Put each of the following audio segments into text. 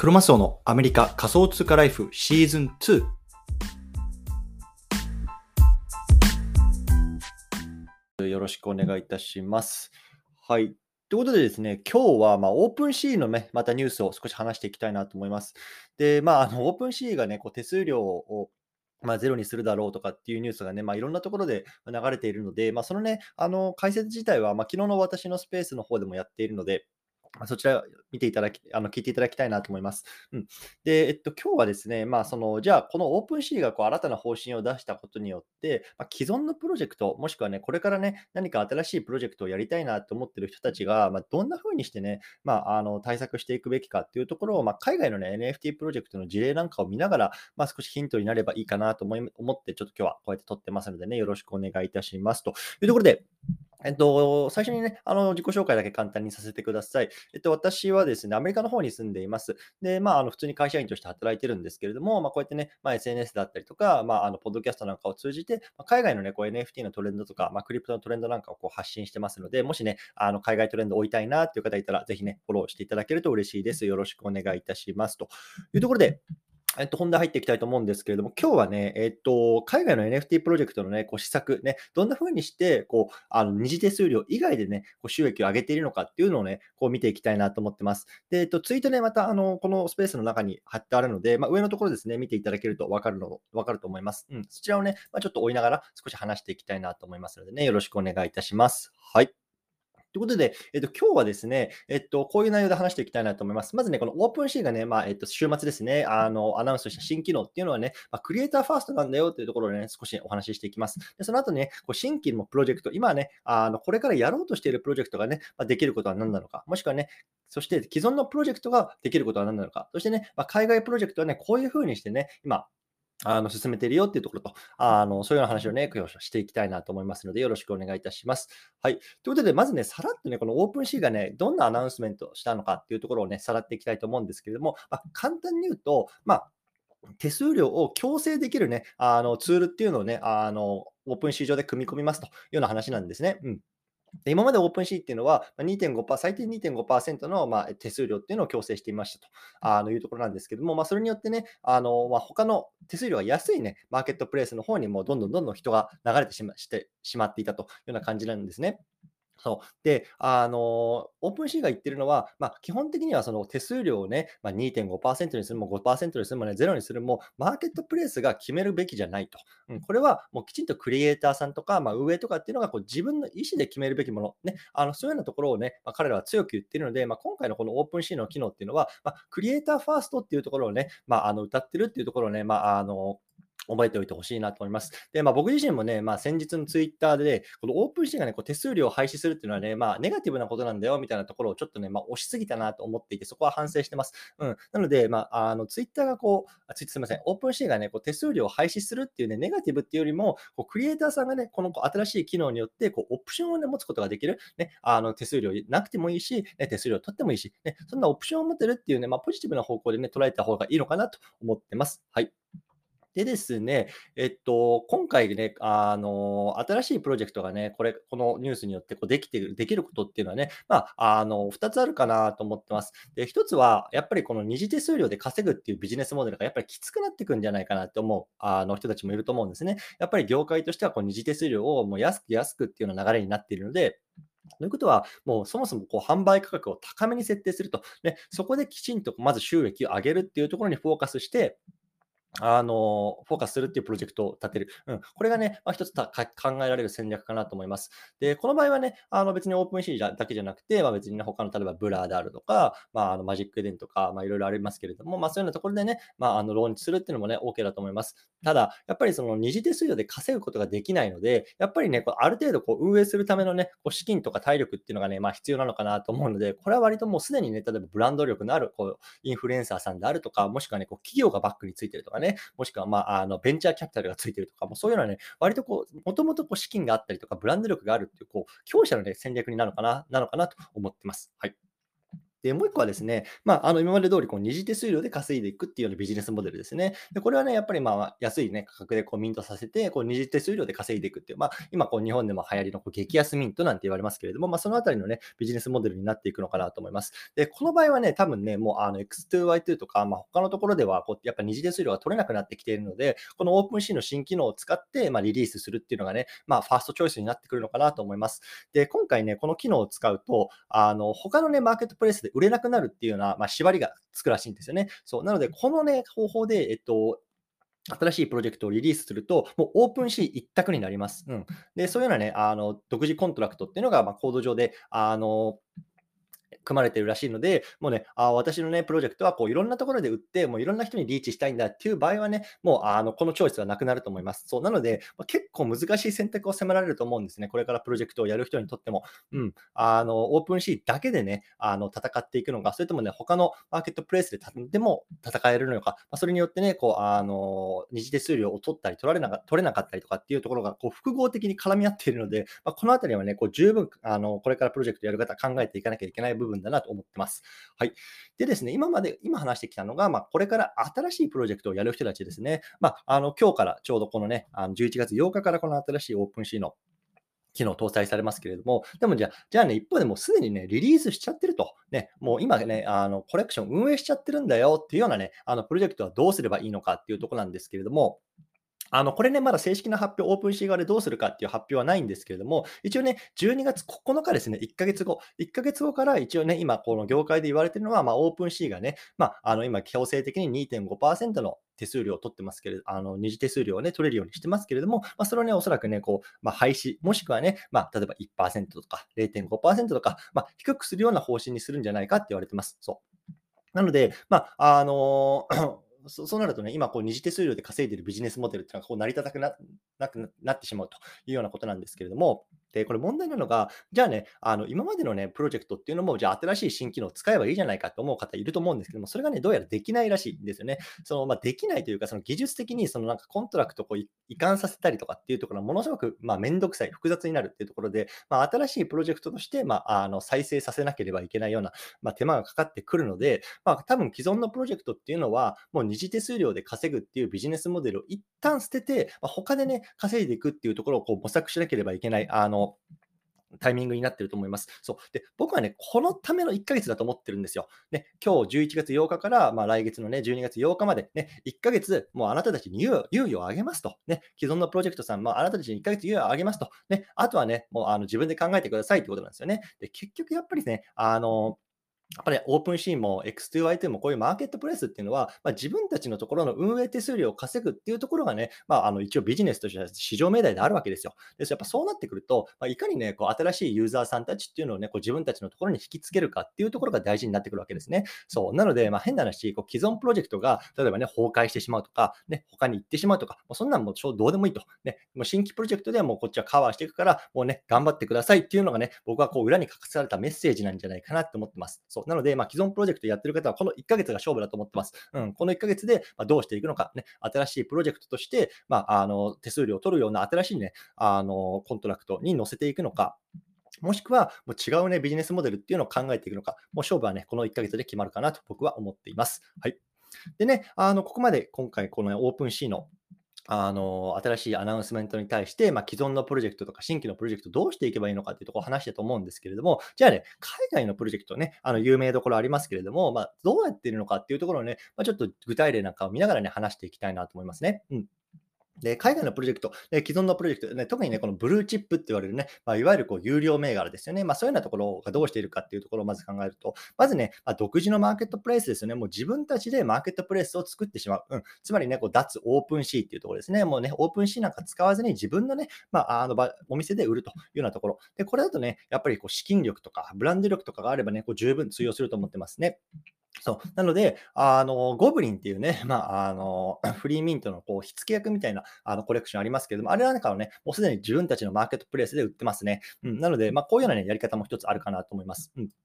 クロマスオのアメリカ仮想通貨ライフシーズン2。よろしくお願いいたします。はい。ということでですね、今日はオープンシーのね、またニュースを少し話していきたいなと思います。で、オープンシーがね、手数料をゼロにするだろうとかっていうニュースがね、いろんなところで流れているので、そのね、解説自体は、昨日の私のスペースの方でもやっているので、そちら見ていただき、聞いていただきたいなと思います。うん。で、今日はですね、じゃあ、このオープンシーが新たな方針を出したことによって、既存のプロジェクト、もしくはね、これからね、何か新しいプロジェクトをやりたいなと思っている人たちが、どんな風にしてね、対策していくべきかっていうところを、海外のね、NFT プロジェクトの事例なんかを見ながら、少しヒントになればいいかなと思って、ちょっと今日はこうやって撮ってますのでね、よろしくお願いいたします。というところで、最初にね、自己紹介だけ簡単にさせてください。私はですね、アメリカの方に住んでいます。で、普通に会社員として働いてるんですけれども、こうやってね、SNS だったりとか、ポッドキャストなんかを通じて、海外のね、NFT のトレンドとか、クリプトのトレンドなんかを発信してますので、もしね、海外トレンドを追いたいなっていう方いたら、ぜひね、フォローしていただけると嬉しいです。よろしくお願いいたします。というところで、本題入っていきたいと思うんですけれども、今日はね、海外の NFT プロジェクトのね、施策ね、どんな風にして、二次手数料以外でね、収益を上げているのかっていうのをね、見ていきたいなと思ってます。で、ツイートね、また、このスペースの中に貼ってあるので、上のところですね、見ていただけるとわかると思います。うん、そちらをね、ちょっと追いながら少し話していきたいなと思いますのでね、よろしくお願いいたします。はい。ということで、今日はですね、こういう内容で話していきたいなと思います。まずね、このオープンシーがね、週末ですね、アナウンスした新機能っていうのはね、クリエイターファーストなんだよっていうところをね、少しお話ししていきます。で、その後ね、新規のプロジェクト、今はね、これからやろうとしているプロジェクトがね、できることは何なのか、もしくはね、そして既存のプロジェクトができることは何なのか、そしてね、海外プロジェクトはね、こういう風にしてね、今、進めているよっていうところと、そういうような話をね、今日していきたいなと思いますので、よろしくお願いいたします。はい。ということで、まずね、さらっとね、このオープンシーがね、どんなアナウンスメントをしたのかっていうところをね、さらっていきたいと思うんですけれども、簡単に言うと、手数料を強制できるね、ツールっていうのをね、オープン市場で組み込みますというような話なんですね。うん。で、今までオープンシーっていうのは、最低2.5%の、手数料っていうのを強制していましたというところなんですけども、それによってね、他の手数料が安いね、マーケットプレイスの方にもどんどん人が流れてしまっていたというような感じなんですね。そう。で、オープンシーが言ってるのは、基本的にはその手数料をね、2.5% にするも5%にするもね、ゼロにするも、マーケットプレイスが決めるべきじゃないと。うん、これはもうきちんとクリエイターさんとか、運営とかっていうのが自分の意思で決めるべきもの、ね、そういうようなところをね、彼らは強く言っているので、今回のこのオープンシーの機能っていうのは、クリエイターファーストっていうところをね、謳ってるっていうところをね、覚えておいてほしいなと思います。で、僕自身もね、先日のツイッターで、このオープンシーがね、手数料を廃止するっていうのはね、ネガティブなことなんだよみたいなところをちょっとね、押しすぎたなと思っていて、そこは反省してます。うん。なので、ツイッターがすみません、オープンシーがね、手数料を廃止するっていうね、ネガティブっていうよりも、クリエイターさんがね、この新しい機能によって、オプションをね、持つことができる。ね、手数料なくてもいいし、ね、手数料取ってもいいし、ね、そんなオプションを持てるっていうね、ポジティブな方向でね、捉えた方がいいのかなと思ってます。はい。でですね、今回ね、新しいプロジェクトがね、このニュースによってできることっていうのはね、2つあるかなと思ってます。で、1つは、やっぱりこの二次手数料で稼ぐっていうビジネスモデルがやっぱりきつくなってくんじゃないかなって思う、人たちもいると思うんですね。やっぱり業界としては、二次手数料をもう安くっていうような流れになっているので、ということは、もうそもそも販売価格を高めに設定すると。ね、そこできちんとまず収益を上げるっていうところにフォーカスして、フォーカスするっていうプロジェクトを立てる。うん。これがね、一つ考えられる戦略かなと思います。で、この場合はね、別にオープンシーだけじゃなくて、別にね、他の例えばブラーであるとか、マジックエデンとか、いろいろありますけれども、そういうようなところでね、ローンチするっていうのもね、OK だと思います。ただ、やっぱりその二次手数料で稼ぐことができないので、やっぱりね、ある程度運営するためのね、資金とか体力っていうのがね、必要なのかなと思うので、これは割ともうすでにね、例えばブランド力のある、インフルエンサーさんであるとか、もしくはね、企業がバックについてるとかね、もしくは、ベンチャーキャピタルがついてるとか、もうそういうのはね、割ともともと資金があったりとか、ブランド力があるっていう、強者のね、戦略になるのかなと思ってます。はい。 で、もう一個はですね、今まで通りこう二次手数料で稼いでいくっていうようなビジネスモデルですね。で、これはね、やっぱり安いね、価格でこうミントさせて、こう二次手数料で稼いでいくっていう、今こう日本でも流行りのこう激安ミントなんて言われますけれども、そのあたりのね、ビジネスモデルになっていくのかなと思います。で、この場合はね、多分ね、もうX2Y2 とか、他のところではこうやっぱ二次手数料が取れなくなってきているので、このオープンシーの新機能を使って、リリースするっていうのがね、ファーストチョイスになってくるのかなと思います。で、今回ね、この機能を使うと、他のね、マーケットプレイスで売れなくなるっていうような、縛りがつくらしいんですよね。そう、なので、このね、方法で、新しいプロジェクトをリリースすると、もうオープンシー一択になります。うん。で、そういうようなね、独自コントラクトっていうのが、コード上で、組まれているらしいので、もうね、私のね、プロジェクトはこういろんなところで売って、もういろんな人にリーチしたいんだっていう場合はね、もうこのチョイスはなくなると思います。そう、なので、結構難しい選択を迫られると思うんですね。これからプロジェクトをやる人にとっても。うん。オープンシーだけでね、戦っていくのか、それともね、他のマーケットプレイスでも戦えるのか、それによってね、こう、二次手数料を取ったり取れなかったりとかっていうところが、こう、複合的に絡み合っているので、このあたりはね、こう、十分、これからプロジェクトやる方考えていかなきゃいけない部分だなと思ってます。はい。でですね、今話してきたのが、これから新しいプロジェクトをやる人たちですね。今日からちょうどこのね、11月8日からこの新しいオープンシーの機能搭載されますけれども、でもじゃあね、一方でもうすでにね、リリースしちゃってると。ね、もう今ね、コレクション運営しちゃってるんだよっていうようなね、プロジェクトはどうすればいいのかっていうところなんですけれども、これね、まだ正式な発表、オープンシー側でどうするかっていう発表はないんですけれども、一応ね、12月9日ですね、1ヶ月後から一応ね、今この業界で言われているのは、オープンシーがね、今強制的に2.5%の手数料を取ってますけれど、二次手数料をね、取れるようにしてますけれども、それをね、おそらくね、こう、廃止、もしくはね、例えば1%とか0.5%とか、低くするような方針にするんじゃないかって言われてます。そう。なので、そうなるとね、今こう二次手数料で稼いでいるビジネスモデルっていうのがこう成り立たなくなってしまうというようなことなんですけれども、で、これ問題なのが、じゃあね、今までのね、プロジェクトっていうのも、じゃあ新しい新機能を使えばいいじゃないかと思う方いると思うんですけども、それがね、どうやらできないらしいんですよね。できないというか、その技術的にそのなんかコントラクトをこう移管させたりとかっていうところがものすごく、めんどくさい、複雑になるっていうところで、新しいプロジェクトとして、再生させなければいけないような、手間がかかってくるので、多分既存のプロジェクトっていうのは、もう二次手数料で稼ぐっていうビジネスモデルを一旦捨てて、他でね、稼いでいくっていうところをこう模索しなければいけない、タイミングになってると思います。そう。で、僕はね、このための1ヶ月だと思ってるんですよ。ね、今日11月8日から、来月のね、12月8日まで、ね、1ヶ月、もうあなたたちに猶予をあげますと。ね、既存のプロジェクトさん、あなたたちに1ヶ月猶予をあげますと。ね、あとはね、もう自分で考えてくださいってことなんですよね。で、結局やっぱりね、やっぱりオープンシーンも X2Y2 もこういうマーケットプレイスっていうのは、自分たちのところの運営手数料を稼ぐっていうところがね、一応ビジネスとしては市場命題であるわけですよ。やっぱそうなってくると、いかにね、こう新しいユーザーさんたちっていうのをね、こう自分たちのところに引きつけるかっていうところが大事になってくるわけですね。そう。なので、変な話、こう既存プロジェクトが、例えばね、崩壊してしまうとか、ね、他に行ってしまうとか、もうそんなんもうどうでもいいと。ね、もう新規プロジェクトではもうこっちはカバーしていくから、もうね、頑張ってくださいっていうのがね、僕はこう裏に隠されたメッセージなんじゃないかなって思ってます。そう。なので、既存プロジェクトやってる方はこの1ヶ月が勝負だと思ってます。うん、この1ヶ月でどうしていくのか、ね、新しいプロジェクトとして、手数料を取るような新しいね、コントラクトに乗せていくのか、もしくは、もう違うね、ビジネスモデルっていうのを考えていくのか、もう勝負はね、この1ヶ月で決まるかなと僕は思っています。はい。でね、ここまで今回このオープンシーの新しいアナウンスメントに対して、既存のプロジェクトとか新規のプロジェクトどうしていけばいいのかっていうところを話してたと思うんですけれども、じゃあね、海外のプロジェクトね、有名どころありますけれども、どうやっているのかっていうところをね、ちょっと具体例なんかを見ながらね、話していきたいなと思いますね。うん。で、海外のプロジェクト、既存のプロジェクトね、特にね、このブルーチップって言われるね、いわゆるこう有料銘柄ですよね。そういうようなところがどうしているかっていうところをまず考えると、まずね、独自のマーケットプレイスですよね。もう自分たちでマーケットプレイスを作ってしまう。うん。つまりね、こう脱オープンシーっていうところですね。もうね、オープンシーなんか使わずに自分のね、お店で売るというようなところ。で、これだとね、やっぱりこう資金力とかブランド力とかがあればね、こう十分通用すると思ってますね。そう。なので、ゴブリンっていうね、フリーミントのこう、火付け役みたいな、コレクションありますけれども、あれなんかはね、もうすでに自分たちのマーケットプレイスで売ってますね。うん。なので、こういうようなね、やり方も一つあるかなと思います。うん。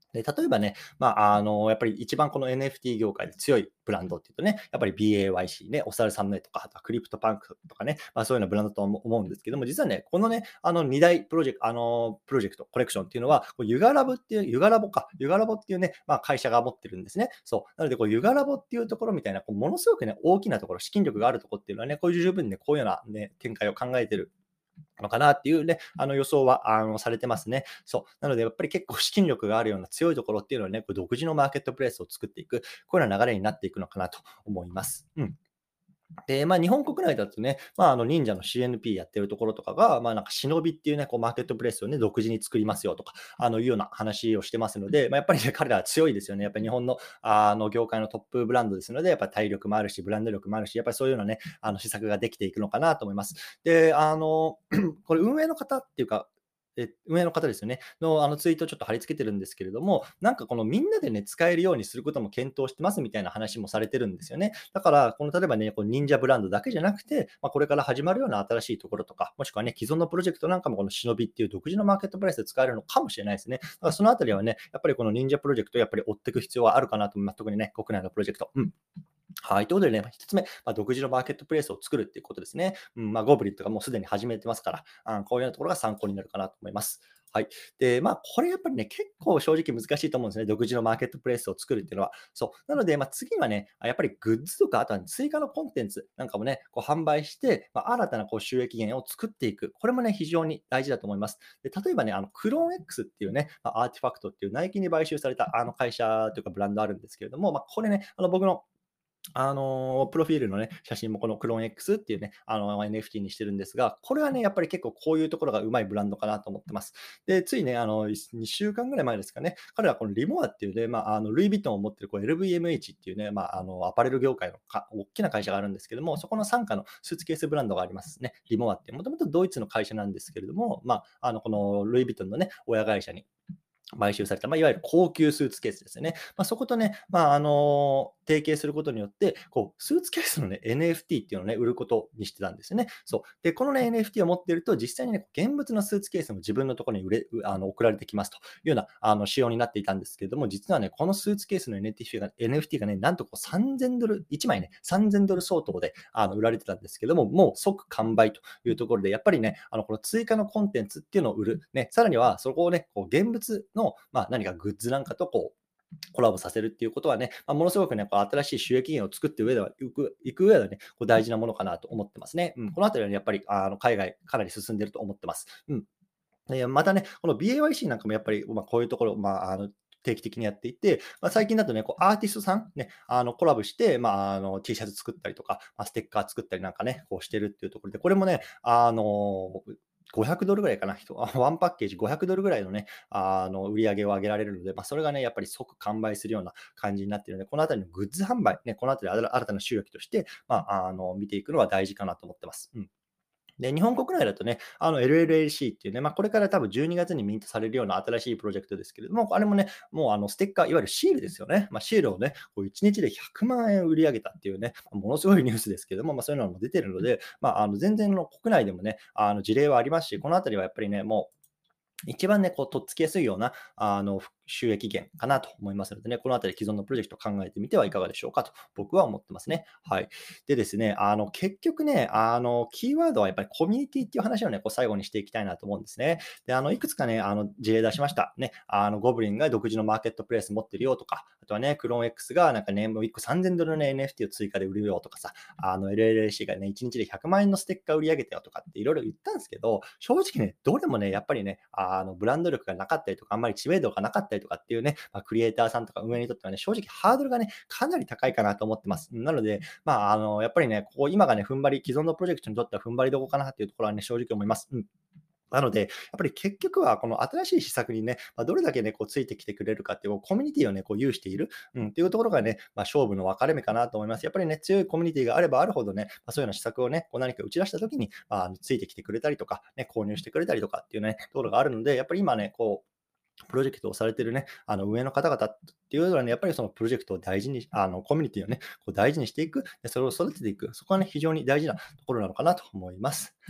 で、例えばね、やっぱり一番この NFT 業界で強いブランドっていうとね、やっぱり BAYC ね、お猿さんの絵とか、あとはクリプトパンクとかね、そういうようなブランドと思うんですけども、実はね、このね、2大プロジェクト、コレクションっていうのは、ユガラボっていう、ユガラボか、ユガラボっていうね、会社が持ってるんですね。そう。なので、ユガラボっていうところみたいな、ものすごくね、大きなところ、資金力があるところっていうのはね、こういう十分にね、こういうようなね、展開を考えてるのかなっていうね、予想は、されてますね。そう。なので、やっぱり結構資金力があるような強いところっていうのはね、こう独自のマーケットプレイスを作っていく、こういうような流れになっていくのかなと思います。うん。で、日本国内だとね、忍者の CNP やってるところとかが、なんか忍びっていうね、こうマーケットプレイスをね、独自に作りますよとか、いうような話をしてますので、やっぱりね、彼らは強いですよね。やっぱり日本の、業界のトップブランドですので、やっぱり体力もあるし、ブランド力もあるし、やっぱりそういうようなね、施策ができていくのかなと思います。で、これ運営の方っていうか、運営の方ですよね、のツイートをちょっと貼り付けてるんですけれども、なんかこのみんなでね、使えるようにすることも検討してますみたいな話もされてるんですよね。だから、この例えばね、こう忍者ブランドだけじゃなくて、これから始まるような新しいところとか、もしくはね、既存のプロジェクトなんかもこの忍びっていう独自のマーケットプライスで使えるのかもしれないですね。だからそのあたりはね、やっぱりこの忍者プロジェクトをやっぱり追っていく必要はあるかなと思います。特にね、国内のプロジェクト。うん。はい。ということでね、一つ目、独自のマーケットプレイスを作るっていうことですね。うん、ゴブリンとかもうすでに始めてますから、こういうようなところが参考になるかなと思います。はい。で、これやっぱりね、結構正直難しいと思うんですね。独自のマーケットプレイスを作るっていうのは。そう。なので、次はね、やっぱりグッズとか、あとは追加のコンテンツなんかもね、こう販売して、新たなこう収益源を作っていく。これもね、非常に大事だと思います。で、例えばね、クローン X っていうね、アーティファクトっていうナイキに買収された会社というかブランドあるんですけれども、これね、僕のプロフィールのね、写真もこのクローン X っていうね、NFT にしてるんですが、これはね、やっぱり結構こういうところがうまいブランドかなと思ってます。で、ついね、2週間ぐらい前ですかね、彼はこのリモアっていうね、ルイ・ヴィトンを持ってるこう LVMH っていうね、アパレル業界の大きな会社があるんですけども、そこの傘下のスーツケースブランドがありますね。リモアって、もともとドイツの会社なんですけれども、このルイ・ヴィトンのね、親会社に買収された、いわゆる高級スーツケースですよね。そことね、提携することによって、こう、スーツケースのね、NFT っていうのをね、売ることにしてたんですよね。そう。で、このね、NFT を持っていると、実際にね、現物のスーツケースも自分のところに送られてきますというような、仕様になっていたんですけれども、実はね、このスーツケースの NFT がね、なんとこう$3000、1枚ね、$3000相当で、売られてたんですけども、もう即完売というところで、やっぱりね、この追加のコンテンツっていうのを売る。ね、さらにはそこをね、こう現物の、何かグッズなんかとこう、コラボさせるっていうことはね、ものすごくね、こう新しい収益源を作っていく上ではね、こう大事なものかなと思ってますね。うん、このあたりはね、やっぱり海外かなり進んでると思ってます。うん。またね、この BAYC なんかもやっぱり、こういうところ、定期的にやっていて、最近だとね、こうアーティストさんね、コラボして、T シャツ作ったりとか、ステッカー作ったりなんかね、こうしてるっていうところで、これもね、$500ぐらいかな、ワンパッケージ$500ぐらいのね、売り上げを上げられるので、それがね、やっぱり即完売するような感じになっているので、このあたりのグッズ販売、ね、このあたり新たな収益として、見ていくのは大事かなと思ってます。うん。で、日本国内だとね、LLAC っていうね、これから多分12月にミントされるような新しいプロジェクトですけれども、あれもね、もうステッカー、いわゆるシールですよね。シールをね、こう1日で100万円売り上げたっていうね、ものすごいニュースですけども、そういうのも出てるので、全然の国内でもね、事例はありますし、このあたりはやっぱりね、もう一番ね、こう、とっつきやすいような、収益源かなと思いますのでね、このあたり既存のプロジェクトを考えてみてはいかがでしょうかと、僕は思ってますね。はい。でですね、結局ね、キーワードはやっぱりコミュニティっていう話をね、こう最後にしていきたいなと思うんですね。で、いくつかね、事例出しました。ね、ゴブリンが独自のマーケットプレイス持ってるよとか、あとはね、クローン X がなんかね、もう1個$3000のね、NFT を追加で売るよとかさ、LLAC がね、1日で100万円のステッカー売り上げたよとかっていろいろ言ったんですけど、正直ね、どれもね、やっぱりね、ブランド力がなかったりとか、あんまり知名度がなかったりとかっていうね、クリエイターさんとか運営にとってはね、正直ハードルがね、かなり高いかなと思ってます。なので、やっぱりね、ここ今がね、既存のプロジェクトにとっては踏ん張りどこかなっていうところはね、正直思います。うん。なので、やっぱり結局はこの新しい施策にね、どれだけね、こうついてきてくれるかっていう、コミュニティをね、こう有している、っていうところがね、勝負の分かれ目かなと思います。やっぱりね、強いコミュニティがあればあるほどね、そういうような施策をね、こう何か打ち出したときに、ついてきてくれたりとか、ね、購入してくれたりとかっていうね、ところがあるので、やっぱり今ね、こう、プロジェクトをされてるね、上の方々っていうのはね、やっぱりそのプロジェクトを大事に、コミュニティをね、こう大事にしていく、でそれを育てていく、そこはね、非常に大事なところなのかなと思います。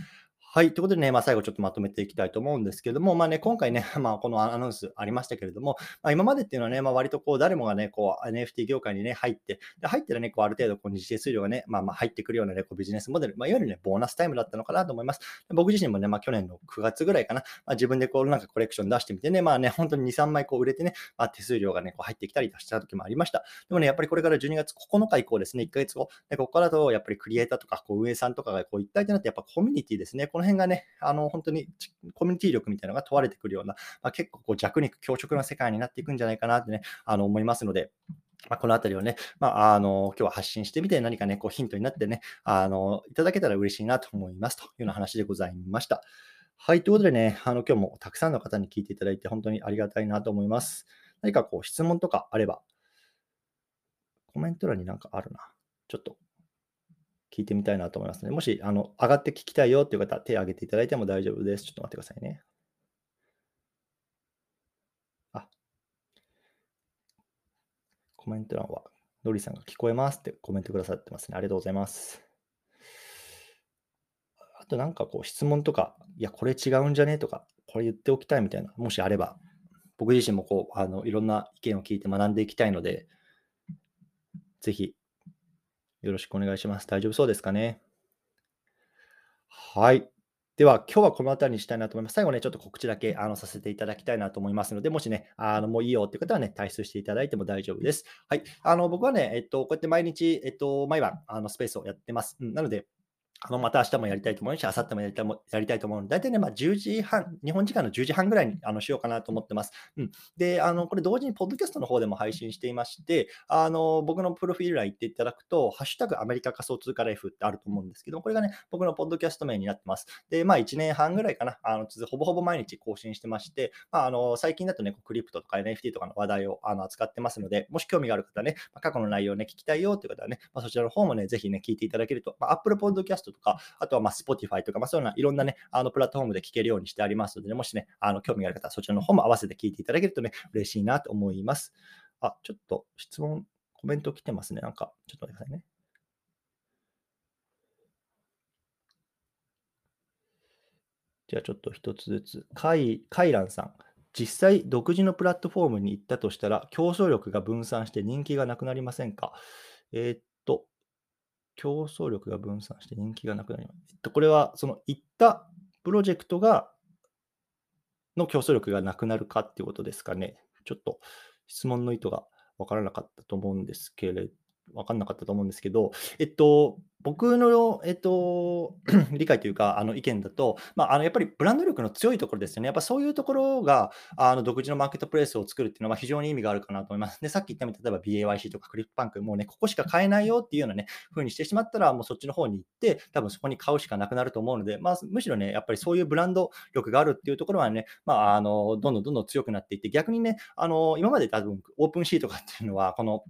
はい。ということでね、最後ちょっとまとめていきたいと思うんですけども、今回ね、このアナウンスありましたけれども、今までっていうのはね、割とこう誰もがね、こう NFT 業界にね、入って、で入ったらね、こうある程度こう二次手数料がね、入ってくるようなね、こうビジネスモデル、いわゆるね、ボーナスタイムだったのかなと思います。で僕自身もね、去年の9月ぐらいかな、自分でこうなんかコレクション出してみてね、本当に2、3枚こう売れてね、手数料がね、こう入ってきたりした時もありました。でもね、やっぱりこれから12月9日以降ですね、1ヶ月後、でここからだとやっぱりクリエイターとかこう運営さんとかがこう一体となって、やっぱコミュニティですね、この辺がね、本当にコミュニティ力みたいなのが問われてくるような、結構こう弱肉強食の世界になっていくんじゃないかなってね、思いますので、このあたりをね、今日は発信してみて、何かね、こうヒントになってね、いただけたら嬉しいなと思いますというような話でございました。はい、ということでね、今日もたくさんの方に聞いていただいて、本当にありがたいなと思います。何かこう質問とかあれば、コメント欄になんかあるな。ちょっと聞いてみたいなと思いますね。もし、上がって聞きたいよっていう方、手を挙げていただいても大丈夫です。ちょっと待ってくださいね。あ、コメント欄は、ノリさんが聞こえますってコメントくださってますね。ありがとうございます。あとなんかこう質問とか、いや、これ違うんじゃねとか、これ言っておきたいみたいな、もしあれば、僕自身もこう、いろんな意見を聞いて学んでいきたいので、ぜひよろしくお願いします。大丈夫そうですかね。はい。では、今日はこの辺りにしたいなと思います。最後ね、ちょっと告知だけさせていただきたいなと思いますので、もしね、もういいよっていう方はね、退出していただいても大丈夫です。はい。僕はね、こうやって毎日、毎晩、スペースをやってます。なので、また明日もやりたいと思うし、明後日もやりたいと思うので、大体ね、10時半、日本時間の10時半ぐらいにしようかなと思ってます。で、これ同時にポッドキャストの方でも配信していまして、僕のプロフィール欄行っていただくと、ハッシュタグアメリカ仮想通貨ライフってあると思うんですけど、これがね、僕のポッドキャスト名になってます。で、1年半ぐらいかな、ほぼほぼ毎日更新してまして、最近だとね、クリプトとか NFT とかの話題を扱ってますので、もし興味がある方ね、過去の内容をね、聞きたいよっていう方はね、そちらの方もね、ぜひね、聞いていただけると、Apple Podcast とか、あとはSpotify とか、そういうようないろんなね、プラットフォームで聞けるようにしてありますのでね、もしね、興味がある方はそちらの方も合わせて聞いていただけるとね、嬉しいなと思います。ちょっと質問、コメント来てますね。なんか、ちょっと待ってくださいね。じゃあちょっと一つずつ。カイランさん。実際、独自のプラットフォームに行ったとしたら、競争力が分散して人気がなくなりませんか？えーっと、競争力が分散して人気がなくなります。これは、その行ったプロジェクトの競争力がなくなるかっていうことですかね。ちょっと質問の意図が分からなかったと思うんですけれ分かんなかったと思うんですけど、僕の、理解というか、意見だと、やっぱりブランド力の強いところですよね。やっぱそういうところが、独自のマーケットプレイスを作るっていうのは非常に意味があるかなと思います。で、さっき言ったみたいに、例えば BAYC とかクリップパンク、もうね、ここしか買えないよっていうようなね、風にしてしまったら、もうそっちの方に行って、多分そこに買うしかなくなると思うので、むしろね、やっぱりそういうブランド力があるっていうところはね、どんどん強くなっていって、逆にね、今まで多分オープンシーとかっていうのは、この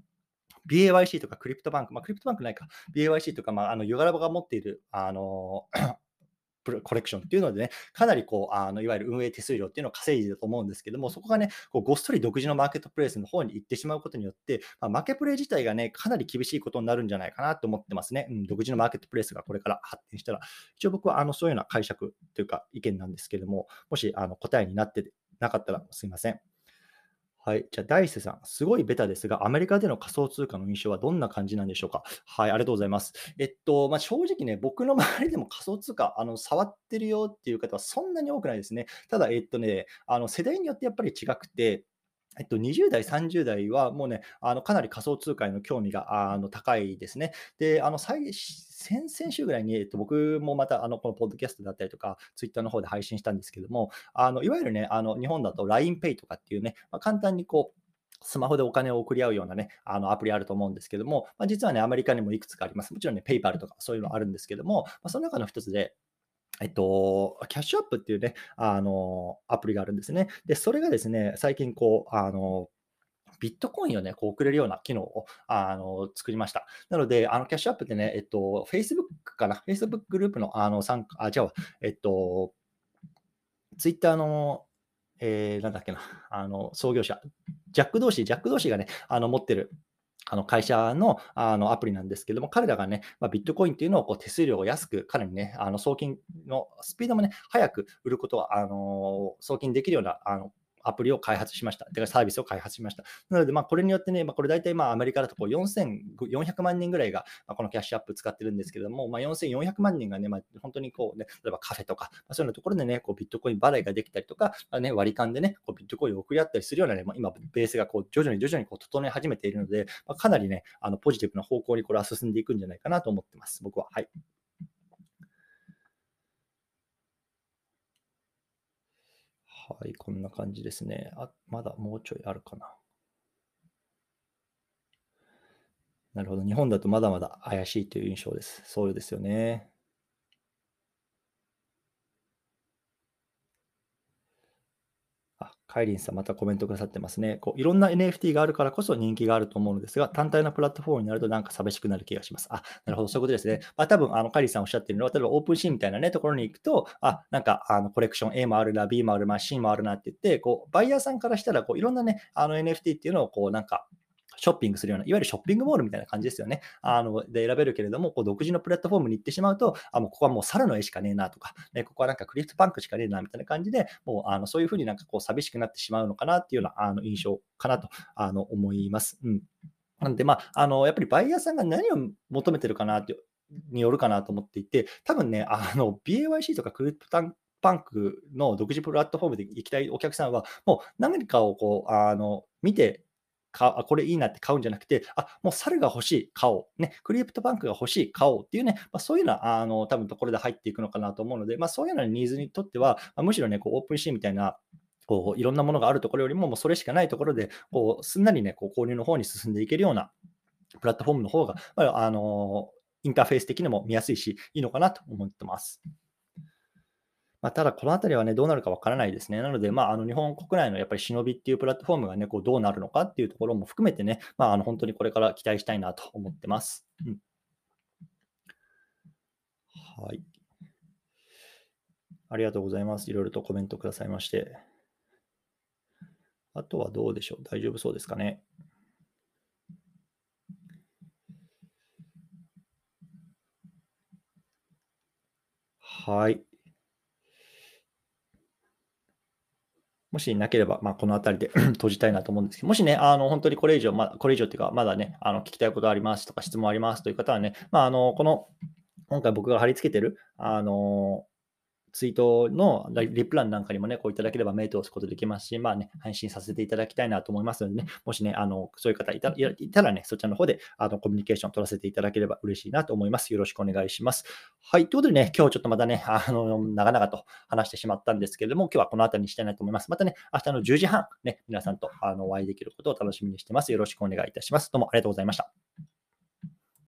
BAYC とかクリプトバンク、クリプトバンクないか、BAYC とか、ユガラボが持っている、コレクションっていうのでね、かなりこう、いわゆる運営手数料っていうのを稼いでると思うんですけども、そこがね、こうごっそり独自のマーケットプレイスの方に行ってしまうことによって、マーケプレイ自体がね、かなり厳しいことになるんじゃないかなと思ってますね。独自のマーケットプレイスがこれから発展したら、一応僕はそういうような解釈というか意見なんですけども、もし答えになってなかったらすいません。はい。じゃあ、大瀬さん、すごいベタですが、アメリカでの仮想通貨の印象はどんな感じなんでしょうか？はい、ありがとうございます。正直ね、僕の周りでも仮想通貨、触ってるよっていう方はそんなに多くないですね。ただ、世代によってやっぱり違くて、20代、30代はもうね、かなり仮想通貨への興味が高いですね。で、先々週ぐらいに、僕もまたこのポッドキャストだったりとか、ツイッターの方で配信したんですけども、いわゆるね、日本だと LINEPay とかっていうね、簡単にこう、スマホでお金を送り合うようなね、アプリあると思うんですけども、実はね、アメリカにもいくつかあります。もちろんね、ペイパルとかそういうのあるんですけども、その中の一つで、キャッシュアップっていうね、アプリがあるんですね。で、それがですね、最近こう、ビットコインをね、こう送れるような機能を作りました。なので、キャッシュアップってね、Facebook かな、Facebook グループの参加、違うわ、Twitter の、なんだっけな、創業者、ジャック・ドーシーがね、持ってる会社のアプリなんですけども、彼らがね、ビットコインっていうのをこう手数料を安く、かなりね、送金のスピードもね、早く売ることは、送金できるようなアプリを開発しました。てかサービスを開発しました。なので、これによってね、これ大体アメリカだとこう4400万人ぐらいが、このキャッシュアップ使ってるんですけれども、4400万人がね、本当にこうね、例えばカフェとか、そういうのところでね、こうビットコイン払いができたりとか、ね、割り勘でね、こうビットコインを送り合ったりするようなね、今、ベースがこう徐々にこう整い始めているので、かなりね、ポジティブな方向にこれは進んでいくんじゃないかなと思ってます、僕は。はい。はい、こんな感じですね。まだもうちょいあるかな。なるほど。日本だとまだまだ怪しいという印象です。そうですよね。カイリンさんまたコメントくださってますね。いろんな NFT があるからこそ人気があると思うのですが、単体のプラットフォームになるとなんか寂しくなる気がします。なるほど、そういうことですね。多分カイリンさんおっしゃってるのは、例えばオープンシーンみたいなね、ところに行くと、なんかコレクション A もあるな、B もあるな、C もあるなって言って、バイヤーさんからしたら、いろんなね、NFT っていうのをなんか、ショッピングするような、いわゆるショッピングモールみたいな感じですよね。で選べるけれども、独自のプラットフォームに行ってしまうと、もうここはもう猿の絵しかねえなとか、ここはなんかクリフトパンクしかねえなみたいな感じで、もうそういうふうになんか寂しくなってしまうのかなっていうような印象かなと思います。うん。なんで、やっぱりバイヤーさんが何を求めてるかなってによるかなと思っていて、多分ね、BAYC とかクリプタンパンクの独自プラットフォームで行きたいお客さんは、もう何かを見て、これいいなって買うんじゃなくて、もう猿が欲しい、買おう。ね、クリプトパンクが欲しい、買おうっていうね、そういうような、多分ところで入っていくのかなと思うので、そういうようなニーズにとっては、むしろね、オープンシーンみたいな、いろんなものがあるところよりも、もうそれしかないところで、すんなりね、購入の方に進んでいけるようなプラットフォームの方が、インターフェース的にも見やすいし、いいのかなと思ってます。ただ、このあたりはね、どうなるかわからないですね。なので、日本国内のやっぱり忍びっていうプラットフォームがね、どうなるのかっていうところも含めてね、本当にこれから期待したいなと思ってます。うん。はい。ありがとうございます。いろいろとコメントくださいまして。あとはどうでしょう。大丈夫そうですかね。はい。もしなければ、このあたりで閉じたいなと思うんですけど、もしね、本当にこれ以上っていうか、まだね、聞きたいことありますとか、質問ありますという方はね、今回僕が貼り付けてる、ツイートのリプランなんかにもね、いただければ目通すことできますし、配信させていただきたいなと思いますのでね、もしね、そういう方いたらね、そちらの方で、コミュニケーション取らせていただければ嬉しいなと思います。よろしくお願いします。はい。ということでね、今日ちょっとまたね、長々と話してしまったんですけれども、今日はこの辺りにしたいなと思います。またね、明日の10時半、ね、皆さんとお会いできることを楽しみにしてます。よろしくお願いいたします。どうもありがとうございました。